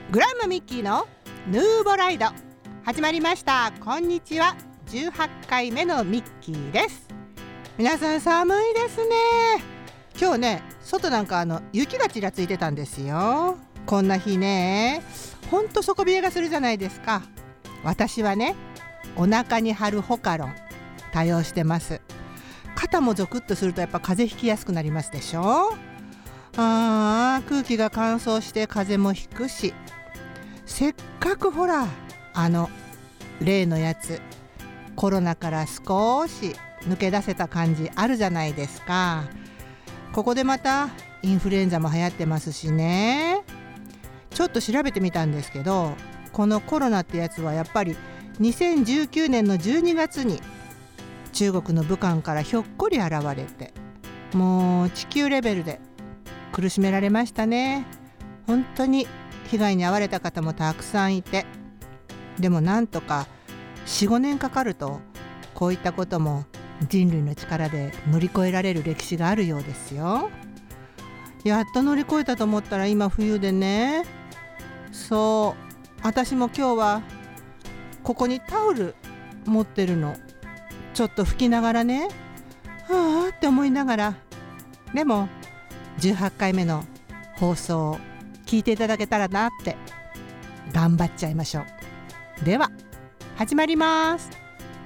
グランマミッキーのヌーボライド始まりました。こんにちは。18回目のミッキーです。皆さん寒いですね。今日ね、外なんか雪がちらついてたんですよ。こんな日ね、ほんと底冷えがするじゃないですか。私はね、お腹に貼るホカロン多用してます。肩もゾクッとするとやっぱ風邪ひきやすくなりますでしょ。空気が乾燥して風邪もひくし、せっかくほら例のやつコロナから少し抜け出せた感じあるじゃないですか。ここでまたインフルエンザも流行ってますしね。ちょっと調べてみたんですけど、このコロナってやつはやっぱり2019年の12月に中国の武漢からひょっこり現れて、もう地球レベルで苦しめられましたね。本当に被害に遭われた方もたくさんいて、でもなんとか 4,5 年かかるとこういったことも人類の力で乗り越えられる歴史があるようですよ。やっと乗り越えたと思ったら今冬でね。そう、私も今日はここにタオル持ってるの。ちょっと拭きながらね、はあって思いながら、でも18回目の放送を聞いていただけたらなって頑張っちゃいましょう。では始まります。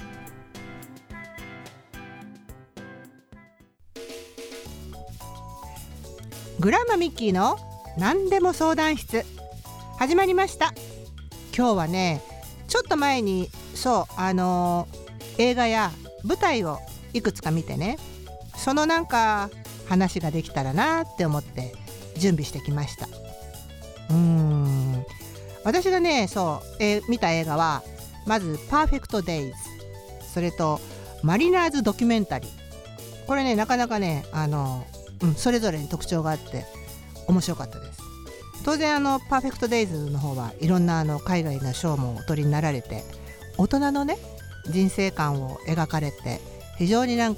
グランマミッキーの何でも相談室始まりました。今日はね、ちょっと前に映画や舞台をいくつか見てね、その話ができたらなって思って準備してきました。私がね見た映画はまずパーフェクトデイズ、それとマリナーズドキュメンタリー。これね、なかなかねそれぞれに特徴があって面白かったです。当然パーフェクトデイズの方はいろんな海外の賞もお取りになられて、大人のね人生観を描かれて、非常に感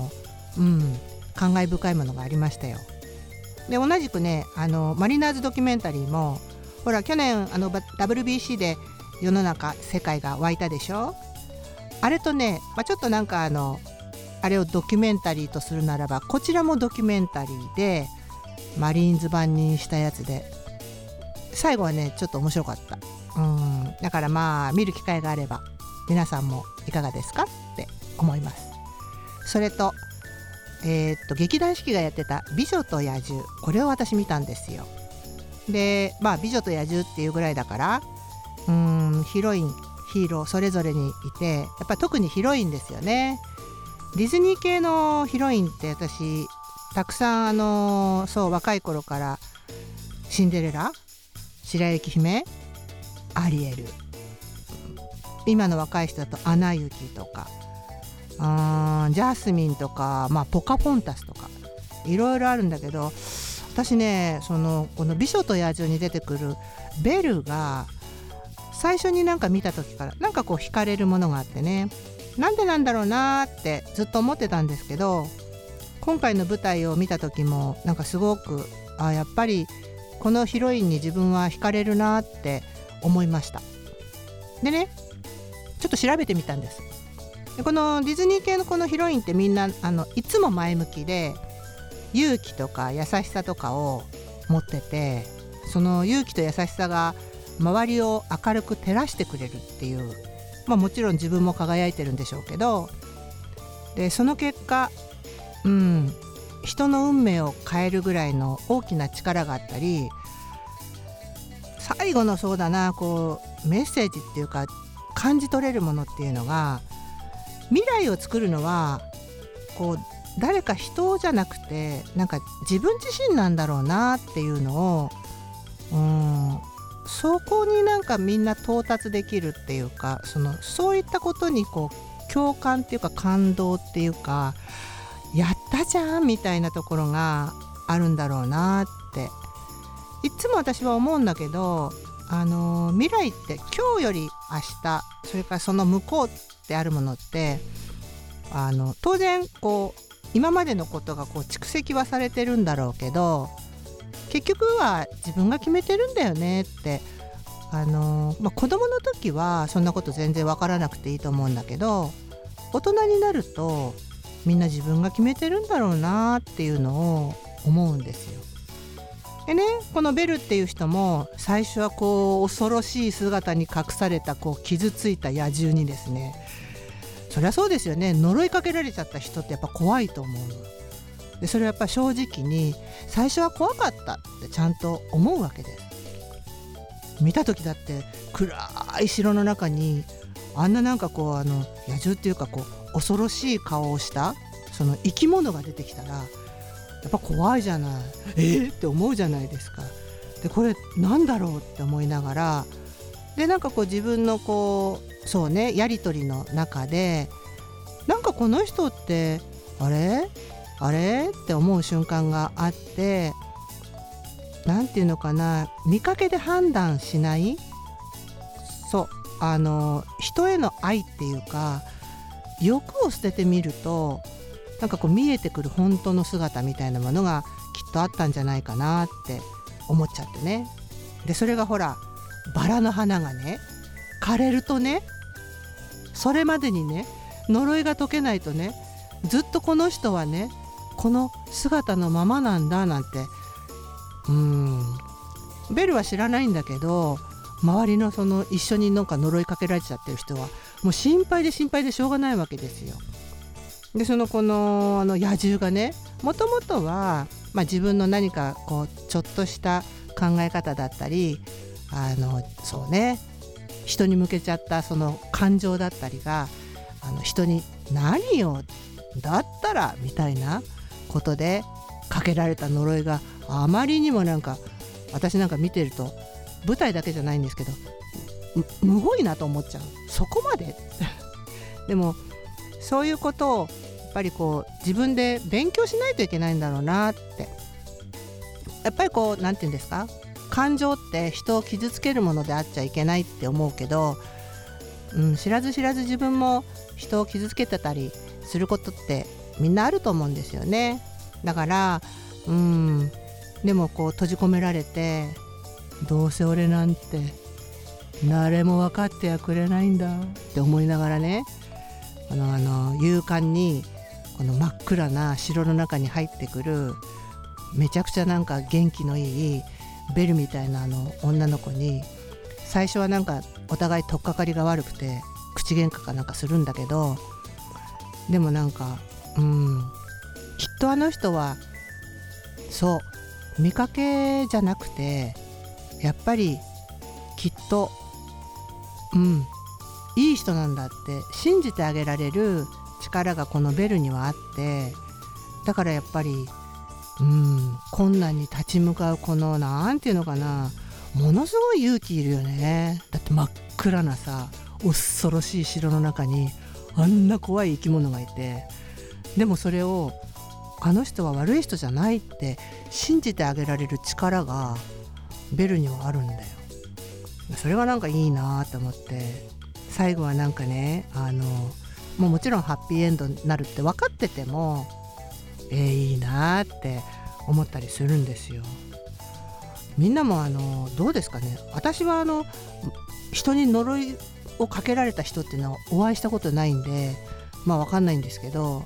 慨深いものがありましたよ。で、同じくねマリナーズドキュメンタリーもほら、去年WBC で世の中世界が沸いたでしょ。あれとね、ちょっとあれをドキュメンタリーとするならば、こちらもドキュメンタリーでマリーンズ版にしたやつで、最後はねちょっと面白かった。だから見る機会があれば皆さんもいかがですかって思います。それと劇団四季がやってた美女と野獣、これを私見たんですよ。で、美女と野獣っていうぐらいだから、ヒロインヒーローそれぞれにいて、やっぱり特にヒロインですよね。ディズニー系のヒロインって私たくさん若い頃からシンデレラ、白雪姫、アリエル、今の若い人だとアナ雪とかジャスミンとか、ポカポンタスとかいろいろあるんだけど、私ねこの美女と野獣に出てくるベルが最初に見た時から惹かれるものがあってね、なんでなんだろうなってずっと思ってたんですけど、今回の舞台を見た時もすごくやっぱりこのヒロインに自分は惹かれるなって思いました。でね、ちょっと調べてみたんです。で、このディズニー系のこのヒロインってみんないつも前向きで勇気とか優しさとかを持ってて、その勇気と優しさが周りを明るく照らしてくれるっていう、もちろん自分も輝いてるんでしょうけど、でその結果人の運命を変えるぐらいの大きな力があったり、最後のメッセージっていうか感じ取れるものっていうのが、未来を作るのは誰か人じゃなくて自分自身なんだろうなっていうのを、そこにみんな到達できるっていうか、そういったことに共感っていうか感動っていうか、やったじゃんみたいなところがあるんだろうなっていつも私は思うんだけど、未来って今日より明日、それからその向こうってあるものって、当然今までのことが蓄積はされてるんだろうけど、結局は自分が決めてるんだよねって子供の時はそんなこと全然わからなくていいと思うんだけど、大人になるとみんな自分が決めてるんだろうなっていうのを思うんですよ。でね、このベルっていう人も最初は恐ろしい姿に隠された傷ついた野獣にですね、そりゃそうですよね、呪いかけられちゃった人ってやっぱ怖いと思うので、それはやっぱ正直に最初は怖かったってちゃんと思うわけです。見た時だって暗い城の中にあんな野獣っていうか恐ろしい顔をしたその生き物が出てきたらやっぱ怖いじゃない、って思うじゃないですか。でこれなんだろうって思いながら、で自分のそうね、やり取りの中でこの人ってあれって思う瞬間があって、なんていうのかな、見かけで判断しない、人への愛っていうか欲を捨ててみると見えてくる本当の姿みたいなものがきっとあったんじゃないかなって思っちゃってね。でそれがほら、バラの花がね枯れるとね、それまでにね呪いが解けないとね、ずっとこの人はねこの姿のままなんだなんて、ベルは知らないんだけど、周りの一緒に呪いかけられちゃってる人はもう心配でしょうがないわけですよ。でこの野獣がね、もともとは、自分の何かちょっとした考え方だったり、そうね、人に向けちゃったその感情だったりが人に何よだったらみたいなことでかけられた呪いがあまりにも私見てると、舞台だけじゃないんですけどむごいなと思っちゃう。そこまででもそういうことをやっぱり自分で勉強しないといけないんだろうなって。やっぱりなんていうんですか、感情って人を傷つけるものであっちゃいけないって思うけど、知らず自分も人を傷つけてたりすることってみんなあると思うんですよね。だからでも閉じ込められて、どうせ俺なんて誰も分かってはくれないんだって思いながらね、勇敢にこの真っ暗な城の中に入ってくるめちゃくちゃ元気のいいベルみたいな女の子に、最初はお互い取っかかりが悪くて口喧嘩かするんだけど、でもきっとあの人はそう見かけじゃなくて、やっぱりきっといい人なんだって信じてあげられる力がこのベルにはあって、だからやっぱり困難に立ち向かうなんていうのかな、ものすごい勇気いるよね。だって真っ暗な恐ろしい城の中にあんな怖い生き物がいて、でもそれをあの人は悪い人じゃないって信じてあげられる力がベルにはあるんだよ。それがいいなと思って、最後はねもちろんハッピーエンドになるって分かっててもいいなって思ったりするんですよ。みんなもどうですかね。私は人に呪いをかけられた人っていうのはお会いしたことないんで分かんないんですけど、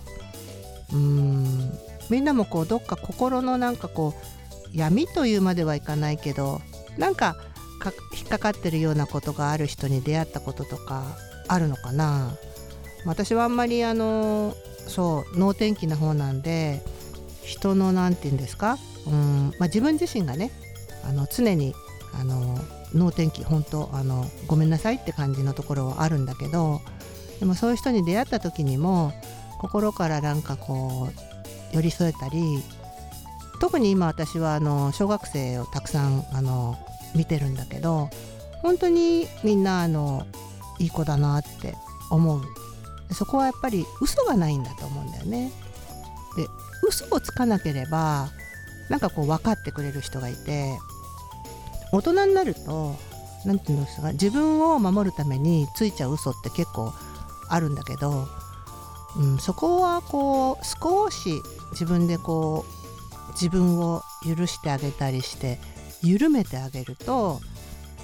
みんなもどっか心の闇というまではいかないけど引っかかってるようなことがある人に出会ったこととかあるのかな。私はあんまり脳天気な方なんで、人のなんていうんですか、自分自身がね常に脳天気本当ごめんなさいって感じのところはあるんだけど、でもそういう人に出会った時にも心から寄り添えたり、特に今私は小学生をたくさん見てるんだけど、本当にみんないい子だなって思う。そこはやっぱり嘘がないんだと思うんだよね。で嘘をつかなければ分かってくれる人がいて、大人になるとなんていうんですか、自分を守るためについちゃう嘘って結構あるんだけど、そこは少し自分で自分を許してあげたりして緩めてあげると、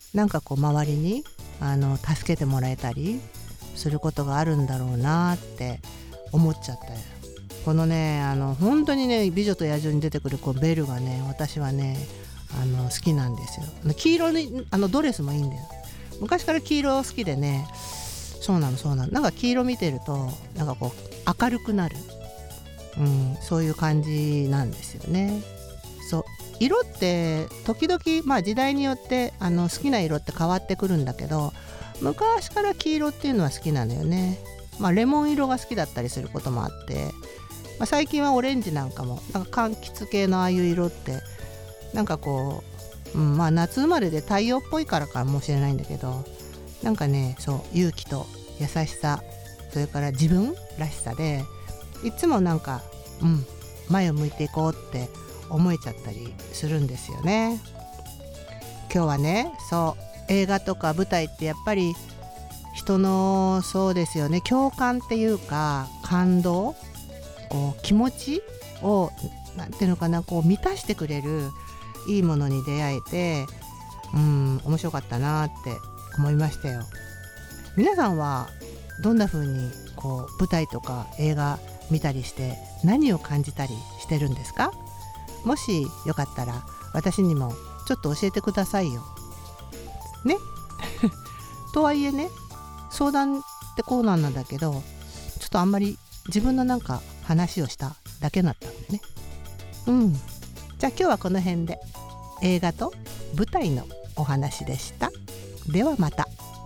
なんかこう周りに助けてもらえたりすることがあるんだろうなって思っちゃったよ。このね本当にね美女と野獣に出てくるこうベルがね、私はね好きなんですよ。黄色にドレスもいいんだよ。昔から黄色好きでね、そうなのなんか黄色見てるとなんかこう明るくなる、そういう感じなんですよね。そう、色って時々時代によって好きな色って変わってくるんだけど、昔から黄色っていうのは好きなんだよね。レモン色が好きだったりすることもあって、最近はオレンジなんかもなんか柑橘系のああいう色ってなんかこう、夏生まれで太陽っぽいからかもしれないんだけど、なんかね、そう勇気と優しさ、それから自分らしさでいつもなんか、前を向いていこうって思えちゃったりするんですよね。今日はね、そう映画とか舞台ってやっぱり人のそうですよね、共感っていうか感動、こう気持ちをなんていうのかな、こう満たしてくれるいいものに出会えて、面白かったなって思いましたよ。皆さんはどんな風にこう舞台とか映画見たりして何を感じたりしてるんですか？もしよかったら私にもちょっと教えてくださいよねとはいえね、相談ってコーナーなんだけど、ちょっとあんまり自分のなんか話をしただけだったんでね。じゃあ今日はこの辺で映画と舞台のお話でした。ではまた。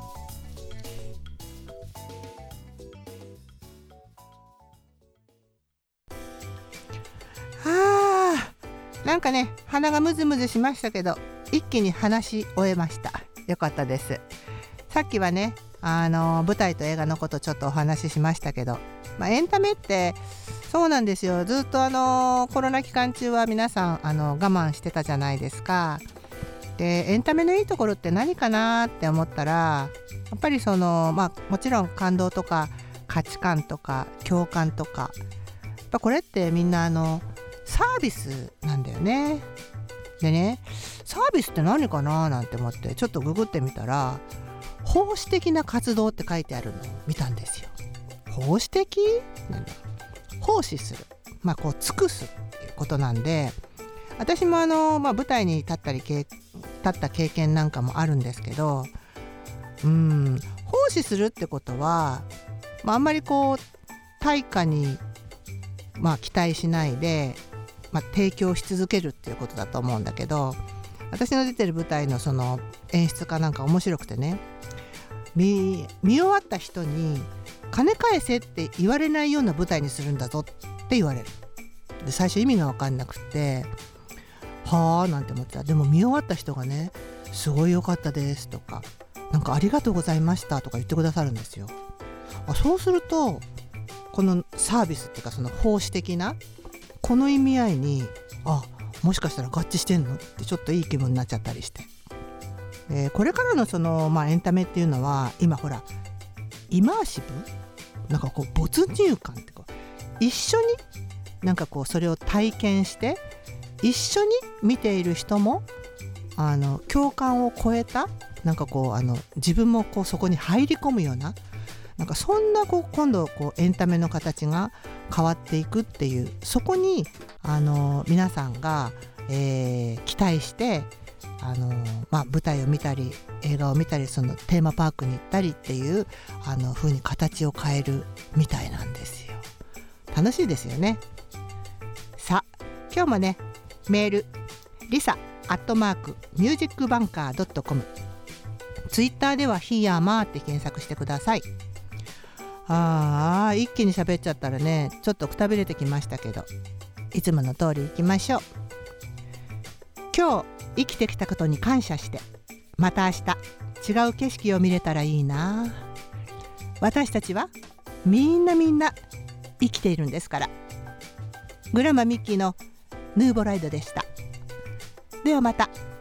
なんかね、鼻がムズムズしましたけど、一気に話し終えました。よかったです。さっきはね、舞台と映画のことちょっとお話ししましたけど、エンタメってそうなんですよ。ずっとコロナ期間中は皆さん我慢してたじゃないですか。で、エンタメのいいところって何かなって思ったら、やっぱりもちろん感動とか価値観とか共感とか、やっぱこれってみんなサービスなんだよね。でね、サービスって何かななんて思ってちょっとググってみたら、奉仕的な活動って書いてあるのを見たんですよ。奉仕的なんだ。奉仕する、こう尽くすっていうことなんで、私も舞台に立った経験なんかもあるんですけど、奉仕するってことは、あんまりこう対価に期待しないで、提供し続けるっていうことだと思うんだけど、私の出てる舞台のその演出家なんか面白くてね、見終わった人に金返せって言われないような舞台にするんだぞって言われる。で、最初意味が分かんなくて、はあなんて思ってた。でも見終わった人がね、すごい良かったですとか、なんかありがとうございましたとか言ってくださるんですよ。そうするとこのサービスっていうか、その奉仕的なこの意味合いにもしかしたら合致してんのってちょっといい気分になっちゃったりして、これからのエンタメっていうのは今ほらイマーシブなんかこう没入感ってこう一緒になんかこうそれを体験して一緒に見ている人も共感を超えたなんかこう自分もこうそこに入り込むようななんかそんなこう今度こうエンタメの形が変わっていくっていう、そこに皆さんが、期待して舞台を見たり映画を見たり、そのテーマパークに行ったりっていう風に形を変えるみたいなんですよ。楽しいですよね。さあ今日もね、メールlisa@musicbanker.com、 ツイッターではヒーヤーマーって検索してください。一気に喋っちゃったらね、ちょっとくたびれてきましたけど、いつもの通り行きましょう。今日生きてきたことに感謝して、また明日違う景色を見れたらいいな。私たちはみんな生きているんですから。グラマミッキーのヌーボライドでした。ではまた。